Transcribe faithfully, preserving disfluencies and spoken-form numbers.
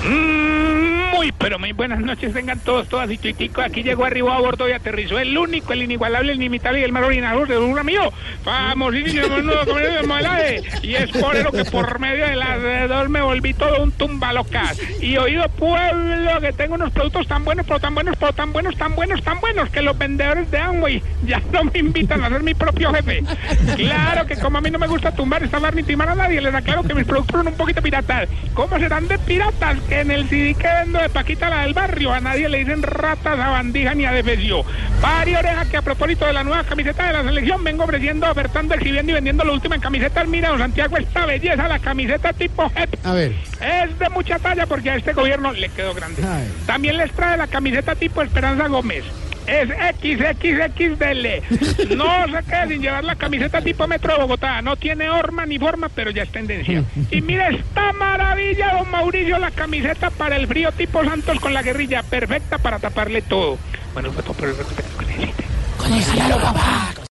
Mm, muy, pero muy buenas noches, vengan todos, todas y tuitico. Aquí llegó, arribó a bordo y aterrizó el único, el inigualable, el inimitable y el más original de un amigo, famosísimo nuevo comediante de modelaje. Y es por eso que por medio de las dos me volví todo un tumbalocas. Y oído pueblo, que tengo unos productos tan buenos, pero tan buenos, pero tan buenos, tan buenos, tan buenos, que los vendedores de Amway ya no me invitan a ser mi propio jefe. Claro que como a mí no me gusta tumbar, estafar ni timar a nadie, les aclaro que mis productos son un poquito piratas. ¿Cómo serán de piratas? Que en el C D que vendo de Paquita, la del barrio, a nadie le dicen ratas, a bandija ni a defecio. Pari oreja, que a propósito de la nueva camiseta de la selección, vengo ofreciendo, ofertando, exhibiendo y vendiendo lo último en camisetas. Mira, don Santiago, esta belleza, la camiseta tipo J E P. A ver. Es de mucha talla porque a este gobierno le quedó grande. Ay. También les trae la camiseta tipo Esperanza Gómez. Es equis equis equis ele. No se quede sin llevar la camiseta tipo Metro de Bogotá. No tiene horma ni forma, pero ya es tendencia. Y mira esta maravilla, don Mauricio, la camiseta para el frío tipo Santos con la guerrilla. Perfecta para taparle todo. Bueno, fue todo, pero es lo que necesite. Con esa la papá.